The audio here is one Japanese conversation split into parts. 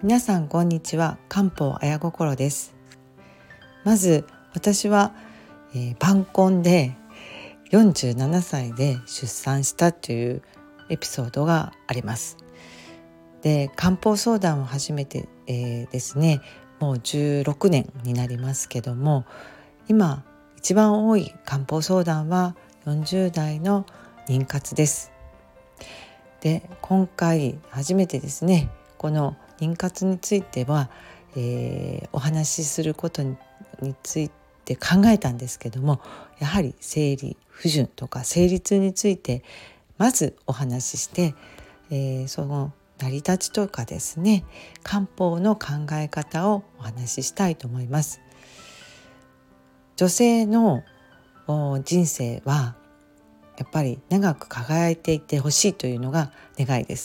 皆さんこんにちは。漢方綾心です。まず私は、晩婚で47歳で出産したというエピソードがあります。で、漢方相談を始めて、ですね、もう16年になりますけども、今一番多い漢方相談は40代の妊活です。で、今回初めてですね、この妊活については、お話しすることについて考えたんですけども、やはり生理不順とか生理痛についてまずお話しして、その成り立ちとかですね、漢方の考え方をお話ししたいと思います。女性の人生はやっぱり長く輝いていてほしいというのが願いです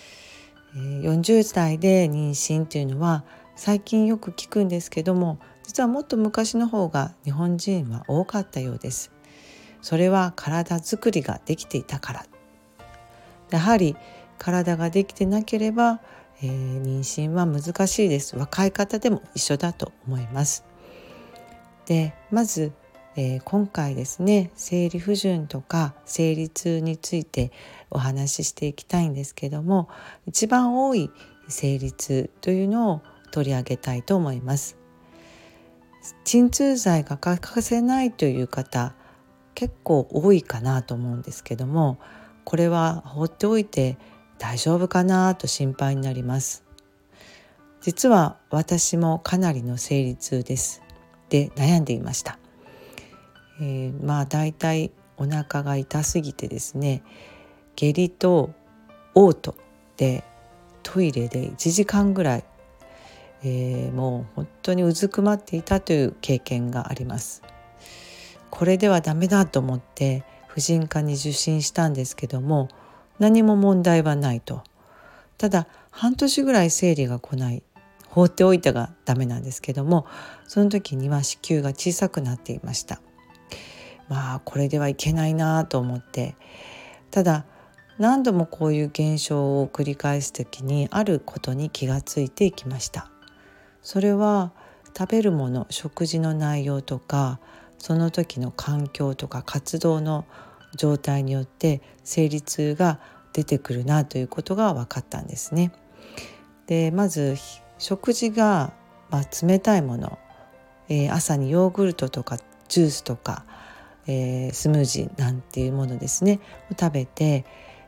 。40代で妊娠というのは最近よく聞くんですけども、実はもっと昔の方が日本人は多かったようです。それは体作りができていたから。やはり体ができてなければ、妊娠は難しいです。若い方でも一緒だと思います。で、まず今回ですね、生理不順とか生理痛についてお話ししていきたいんですけども、一番多い生理痛というのを取り上げたいと思います。鎮痛剤が欠かせないという方結構多いかなと思うんですけども、これは放っておいて大丈夫かなと心配になります。実は私もかなりの生理痛ですで悩んでいました。だいたいお腹が痛すぎてですね、下痢と嘔吐でトイレで1時間ぐらい、もう本当にうずくまっていたという経験があります。これではダメだと思って婦人科に受診したんですけども、何も問題はないと。ただ半年ぐらい生理が来ない、放っておいたがダメなんですけども、その時には子宮が小さくなっていました。これではいけないなと思って、ただ何度もこういう現象を繰り返すときにあることに気がついていきました。それは食べるもの、食事の内容とか、その時の環境とか活動の状態によって生理痛が出てくるなということが分かったんですね。で、まず食事が、冷たいもの、朝にヨーグルトとかジュースとか、スムージーなんていうものですねを食べて、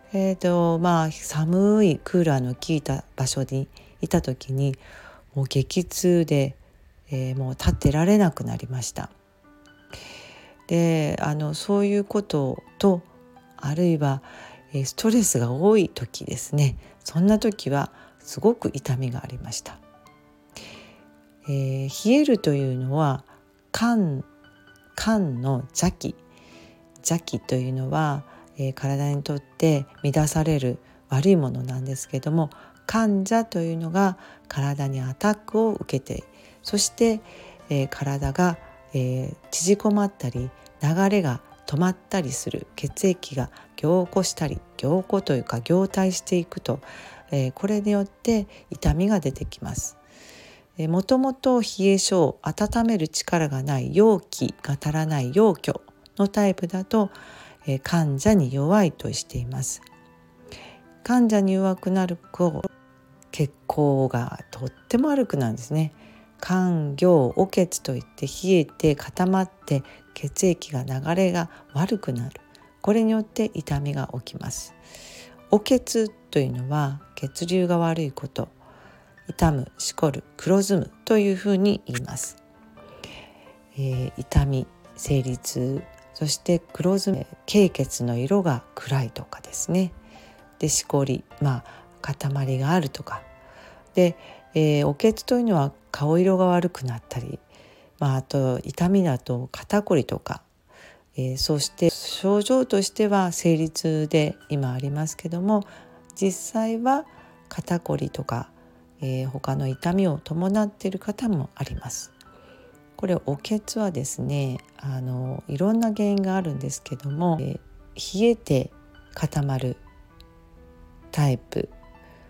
寒いクーラーの効いた場所にいた時にもう激痛で、もう立ってられなくなりました。で、そういうことと、あるいはストレスが多い時ですね、そんな時はすごく痛みがありました。冷えるというのは肝の邪気というのは、体にとって乱される悪いものなんですけども、患者というのが体にアタックを受けて、そして、体が、縮こまったり流れが止まったりする、血液が凝固したり、凝固というか凝滞していくと、これによって痛みが出てきます。もともと冷え性、温める力がない陽気が足らない陽虚のタイプだと、患者に弱いとしています。患者に弱くなると血行がとっても悪くなるんですね。肝行お血といって冷えて固まって血液が流れが悪くなる。これによって痛みが起きます。お血というのは血流が悪いこと、痛む、しこる、黒ずむというふうに言います。痛み、生理痛、そして黒ずむ、経血の色が暗いとかですね。で、しこり、塊があるとかで、お血というのは顔色が悪くなったり、あと痛みだと肩こりとか、そして症状としては生理痛で今ありますけども、実際は肩こりとか、他の痛みを伴っている方もあります。これお血はですね、いろんな原因があるんですけども、冷えて固まるタイプ、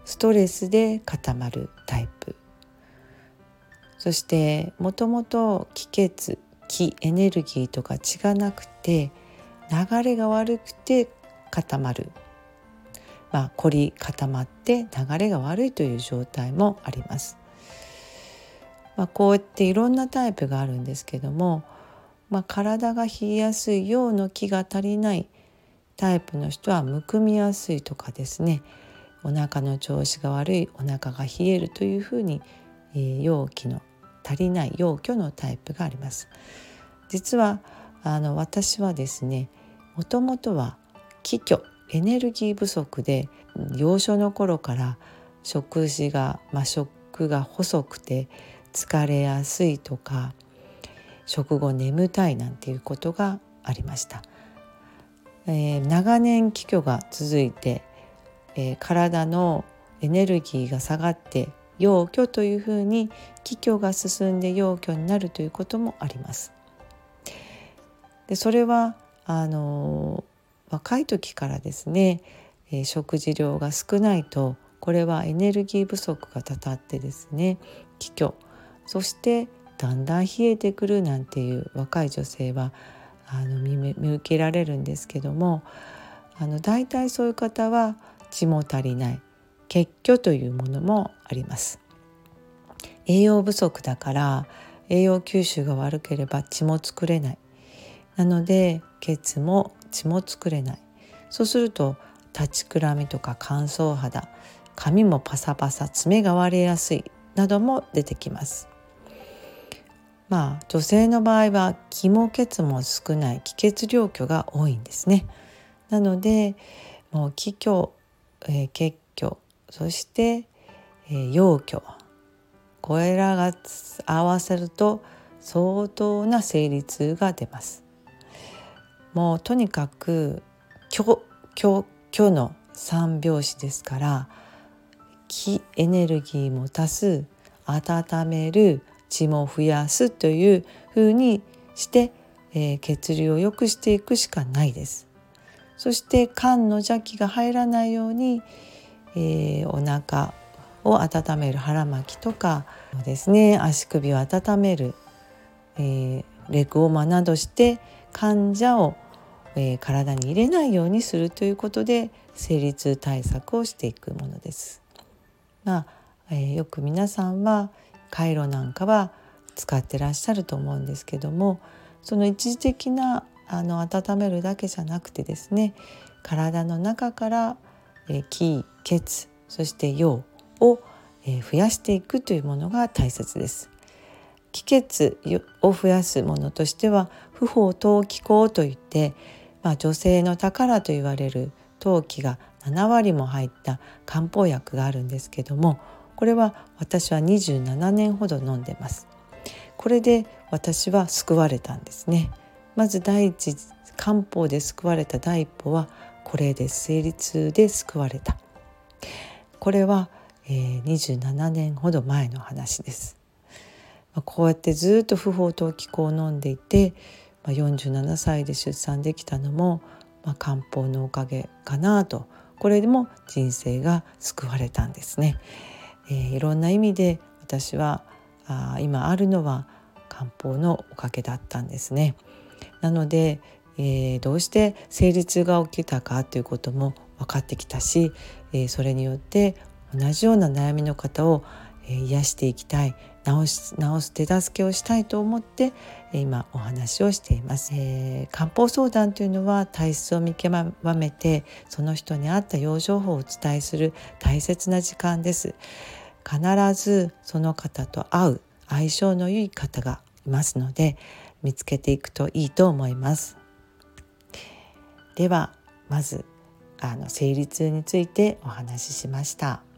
ストレスで固まるタイプ、そしてもともと気血、気エネルギーとか血がなくて流れが悪くて固まる、凝り固まって流れが悪いという状態もあります。こうやっていろんなタイプがあるんですけども、体が冷えやすい、陽の気が足りないタイプの人はむくみやすいとかですね、お腹の調子が悪い、お腹が冷えるというふうに、陽気の足りない陽虚のタイプがあります。実は私はですね、もともとは気虚、エネルギー不足で幼少の頃から食が細くて疲れやすいとか、食後眠たいなんていうことがありました。長年気虚が続いて、体のエネルギーが下がって陽虚というふうに気虚が進んで陽虚になるということもあります。でそれは若い時からですね、食事量が少ないと、これはエネルギー不足がたたってですね、気虚、そしてだんだん冷えてくるなんていう若い女性は見受けられるんですけども、大体そういう方は血も足りない、血虚というものもあります。栄養不足だから栄養吸収が悪ければ血も作れない。なので血も血も作れない。そうすると立ちくらみとか乾燥肌、髪もパサパサ、爪が割れやすいなども出てきます。女性の場合は気も血も少ない気血両虚が多いんですね。なのでもう気虚、血虚、そして、陽虚、これらが合わせると相当な生理痛が出ます。もうとにかく虚の三拍子ですから、気エネルギーも足す、温める、血も増やすというふうにして、血流を良くしていくしかないです。そして肝の邪気が入らないように、お腹を温める腹巻きとかですね、足首を温める、レグオマなどして患者を、体に入れないようにするということで生理痛対策をしていくものです。よく皆さんはカイロなんかは使ってらっしゃると思うんですけども、その一時的な温めるだけじゃなくてですね、体の中から、気血そして陽を、増やしていくというものが大切です。気血を増やすものとしては不飽陶気功といって、女性の宝と言われる陶器が7割も入った漢方薬があるんですけども、これは私は27年ほど飲んでます。これで私は救われたんですね。まず第一、漢方で救われた第一歩はこれです。生理痛で救われた。これは、27年ほど前の話です。こうやってずっと不飽陶気功を飲んでいて、47歳で出産できたのも、漢方のおかげかなと。これでも人生が救われたんですね。いろんな意味で私は今あるのは漢方のおかげだったんですね。なので、どうして生理痛が起きたかということも分かってきたし、それによって同じような悩みの方を、癒していきたい、治す手助けをしたいと思って今お話をしています。漢方相談というのは体質を見極めてその人に合った養生法をお伝えする大切な時間です。必ずその方と合う相性の良い方がいますので、見つけていくといいと思います。ではまず生理痛についてお話ししました。